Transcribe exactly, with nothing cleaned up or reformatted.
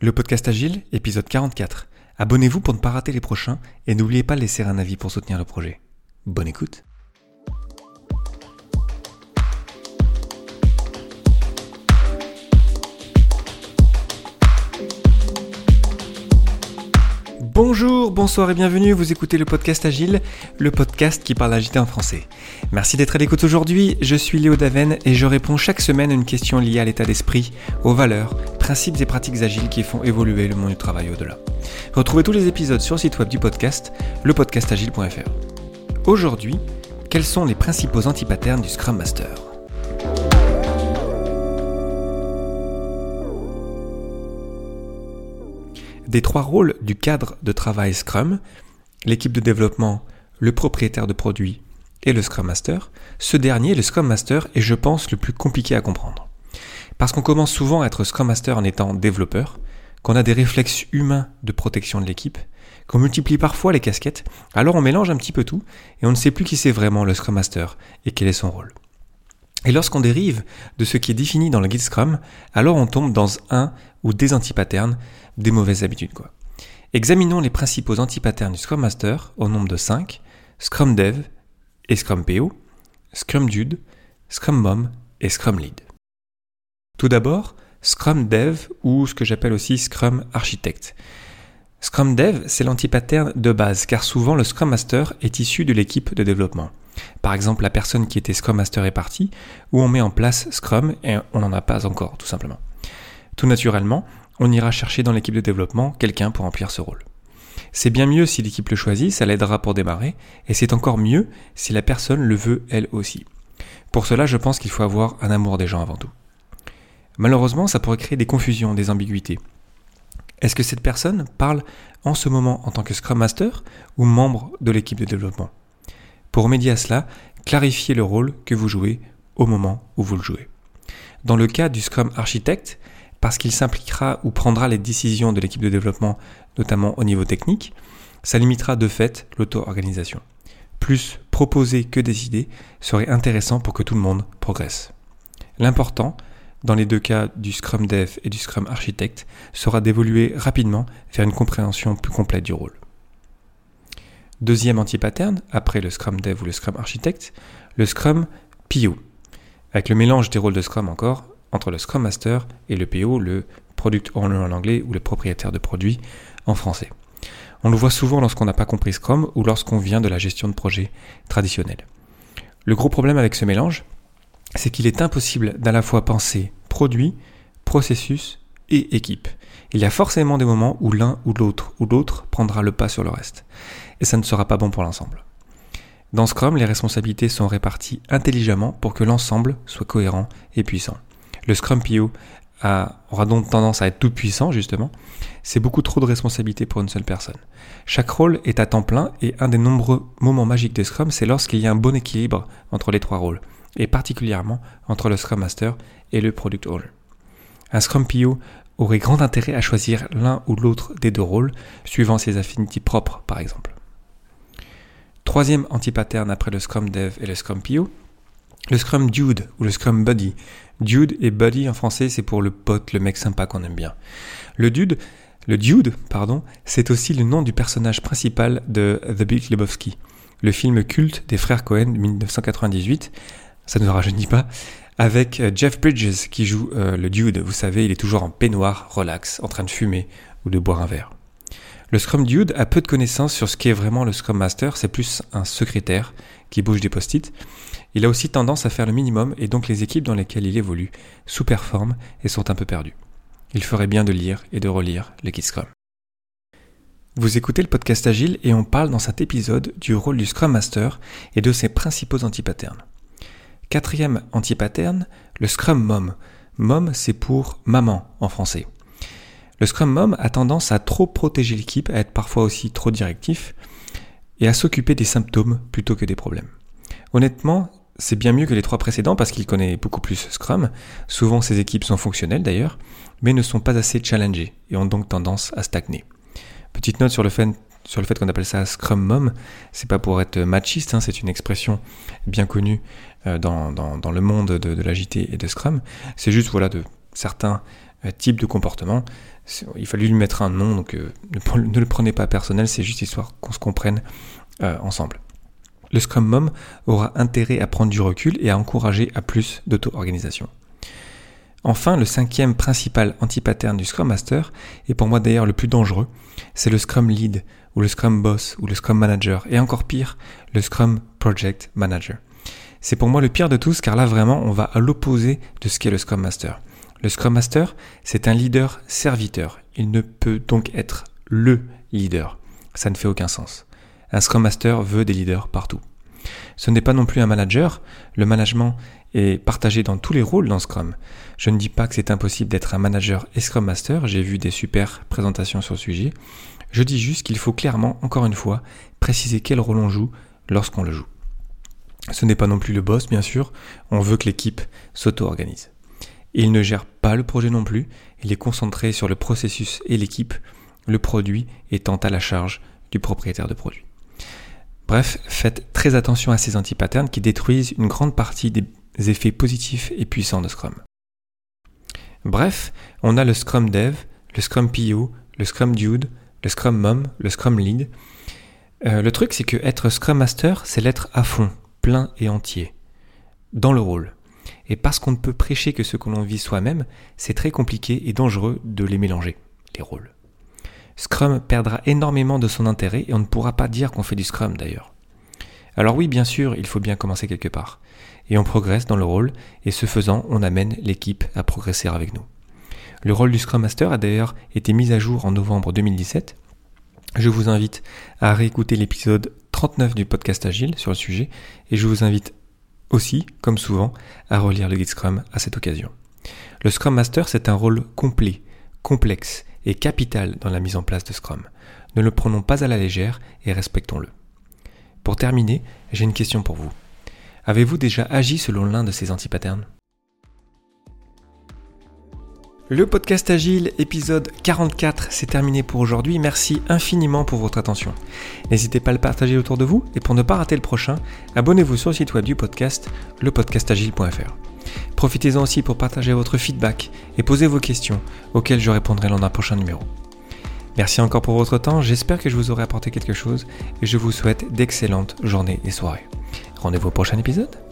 Le podcast Agile, épisode quarante-quatre. Abonnez-vous pour ne pas rater les prochains et n'oubliez pas de laisser un avis pour soutenir le projet. Bonne écoute. Bonjour, bonsoir et bienvenue, vous écoutez le podcast Agile, le podcast qui parle agilité en français. Merci d'être à l'écoute aujourd'hui, je suis Léo Daven et je réponds chaque semaine à une question liée à l'état d'esprit, aux valeurs, principes et pratiques agiles qui font évoluer le monde du travail au-delà. Retrouvez tous les épisodes sur le site web du podcast, le podcast agile point f r. Aujourd'hui, quels sont les principaux antipatterns du Scrum Master ? Des trois rôles du cadre de travail Scrum, l'équipe de développement, le propriétaire de produit et le Scrum Master, ce dernier, le Scrum Master, est je pense le plus compliqué à comprendre. Parce qu'on commence souvent à être Scrum Master en étant développeur, qu'on a des réflexes humains de protection de l'équipe, qu'on multiplie parfois les casquettes, alors on mélange un petit peu tout et on ne sait plus qui c'est vraiment le Scrum Master et quel est son rôle. Et lorsqu'on dérive de ce qui est défini dans le guide Scrum, alors on tombe dans un ou des antipatterns, des mauvaises habitudes quoi. Examinons les principaux antipatterns du Scrum Master au nombre de cinq, Scrum Dev et Scrum P O, Scrum Dude, Scrum Mom et Scrum Lead. Tout d'abord, Scrum Dev ou ce que j'appelle aussi Scrum Architect. Scrum Dev, c'est l'antipattern de base car souvent le Scrum Master est issu de l'équipe de développement. Par exemple, la personne qui était Scrum Master est partie, ou on met en place Scrum et on n'en a pas encore, tout simplement. Tout naturellement, on ira chercher dans l'équipe de développement quelqu'un pour remplir ce rôle. C'est bien mieux si l'équipe le choisit, ça l'aidera pour démarrer, et c'est encore mieux si la personne le veut elle aussi. Pour cela, je pense qu'il faut avoir un amour des gens avant tout. Malheureusement, ça pourrait créer des confusions, des ambiguïtés. Est-ce que cette personne parle en ce moment en tant que Scrum Master ou membre de l'équipe de développement ? Pour remédier à cela, clarifiez le rôle que vous jouez au moment où vous le jouez. Dans le cas du Scrum Architect, parce qu'il s'impliquera ou prendra les décisions de l'équipe de développement, notamment au niveau technique, ça limitera de fait l'auto-organisation. Plus proposer que décider serait intéressant pour que tout le monde progresse. L'important, dans les deux cas du Scrum Dev et du Scrum Architect, sera d'évoluer rapidement vers une compréhension plus complète du rôle. Deuxième anti-pattern, après le Scrum Dev ou le Scrum Architect, le Scrum P O, avec le mélange des rôles de Scrum encore, entre le Scrum Master et le P O, le Product Owner en anglais ou le propriétaire de produit en français. On le voit souvent lorsqu'on n'a pas compris Scrum ou lorsqu'on vient de la gestion de projet traditionnelle. Le gros problème avec ce mélange, c'est qu'il est impossible d'à la fois penser produit, processus et équipe. Il y a forcément des moments où l'un ou l'autre ou l'autre prendra le pas sur le reste. Et ça ne sera pas bon pour l'ensemble. Dans Scrum, les responsabilités sont réparties intelligemment pour que l'ensemble soit cohérent et puissant. Le Scrum P O a, aura donc tendance à être tout puissant justement. C'est beaucoup trop de responsabilités pour une seule personne. Chaque rôle est à temps plein et un des nombreux moments magiques de Scrum, c'est lorsqu'il y a un bon équilibre entre les trois rôles, et particulièrement entre le Scrum Master et le Product Owner. Un Scrum P O aurait grand intérêt à choisir l'un ou l'autre des deux rôles, suivant ses affinités propres par exemple. Troisième anti-pattern après le Scrum Dev et le Scrum P O, le Scrum Dude ou le Scrum Buddy. Dude et Buddy en français, c'est pour le pote, le mec sympa qu'on aime bien. Le Dude, le Dude, pardon, c'est aussi le nom du personnage principal de The Big Lebowski, le film culte des frères Coen de dix-neuf cent quatre-vingt-dix-huit, ça ne nous rajeunit pas, avec Jeff Bridges qui joue euh, le Dude. Vous savez, il est toujours en peignoir, relax, en train de fumer ou de boire un verre. Le Scrum Dude a peu de connaissances sur ce qu'est vraiment le Scrum Master, c'est plus un secrétaire qui bouge des post-it. Il a aussi tendance à faire le minimum et donc les équipes dans lesquelles il évolue sous-performent et sont un peu perdues. Il ferait bien de lire et de relire le guide Scrum. Vous écoutez le podcast Agile et on parle dans cet épisode du rôle du Scrum Master et de ses principaux antipatterns. Quatrième antipattern, le Scrum Mom. Mom, c'est pour maman en français. Le Scrum Mom a tendance à trop protéger l'équipe, à être parfois aussi trop directif et à s'occuper des symptômes plutôt que des problèmes. Honnêtement, c'est bien mieux que les trois précédents parce qu'il connaît beaucoup plus Scrum. Souvent, ces équipes sont fonctionnelles d'ailleurs, mais ne sont pas assez challengées et ont donc tendance à stagner. Petite note sur le fait, sur le fait qu'on appelle ça Scrum Mom, c'est pas pour être machiste, hein, c'est une expression bien connue euh, dans, dans, dans le monde de, de l'A G I T et de Scrum. C'est juste voilà, de certains euh, type de comportement. Il fallait lui mettre un nom, donc euh, ne, ne le prenez pas personnel, c'est juste histoire qu'on se comprenne euh, ensemble. Le Scrum Mom aura intérêt à prendre du recul et à encourager à plus d'auto-organisation. Enfin, le cinquième principal anti-pattern du Scrum Master, et pour moi d'ailleurs le plus dangereux, c'est le Scrum Lead, ou le Scrum Boss, ou le Scrum Manager, et encore pire, le Scrum Project Manager. C'est pour moi le pire de tous, car là vraiment on va à l'opposé de ce qu'est le Scrum Master. Le Scrum Master, c'est un leader serviteur. Il ne peut donc être le leader. Ça ne fait aucun sens. Un Scrum Master veut des leaders partout. Ce n'est pas non plus un manager. Le management est partagé dans tous les rôles dans Scrum. Je ne dis pas que c'est impossible d'être un manager et Scrum Master. J'ai vu des super présentations sur le sujet. Je dis juste qu'il faut clairement, encore une fois, préciser quel rôle on joue lorsqu'on le joue. Ce n'est pas non plus le boss, bien sûr. On veut que l'équipe s'auto-organise. Il ne gère pas le projet non plus. Il est concentré sur le processus et l'équipe, le produit étant à la charge du propriétaire de produit. Bref, faites très attention à ces anti-patterns qui détruisent une grande partie des effets positifs et puissants de Scrum. Bref, on a le Scrum Dev, le Scrum P O, le Scrum Dude, le Scrum Mom, le Scrum Lead. Euh, le truc, c'est que être Scrum Master, c'est l'être à fond, plein et entier, dans le rôle. Et parce qu'on ne peut prêcher que ce que l'on vit soi-même, c'est très compliqué et dangereux de les mélanger, les rôles. Scrum perdra énormément de son intérêt et on ne pourra pas dire qu'on fait du Scrum d'ailleurs. Alors oui, bien sûr, il faut bien commencer quelque part. Et on progresse dans le rôle, et ce faisant, on amène l'équipe à progresser avec nous. Le rôle du Scrum Master a d'ailleurs été mis à jour en novembre deux mille dix-sept. Je vous invite à réécouter l'épisode trente-neuf du podcast Agile sur le sujet, et je vous invite aussi, comme souvent, à relire le guide Scrum à cette occasion. Le Scrum Master, c'est un rôle complet, complexe et capital dans la mise en place de Scrum. Ne le prenons pas à la légère et respectons-le. Pour terminer, j'ai une question pour vous. Avez-vous déjà agi selon l'un de ces anti-patterns ? Le podcast Agile, épisode quarante-quatre, c'est terminé pour aujourd'hui. Merci infiniment pour votre attention. N'hésitez pas à le partager autour de vous et pour ne pas rater le prochain, abonnez-vous sur le site web du podcast, le podcast agile point f r. Profitez-en aussi pour partager votre feedback et poser vos questions auxquelles je répondrai lors d'un prochain numéro. Merci encore pour votre temps, j'espère que je vous aurai apporté quelque chose et je vous souhaite d'excellentes journées et soirées. Rendez-vous au prochain épisode.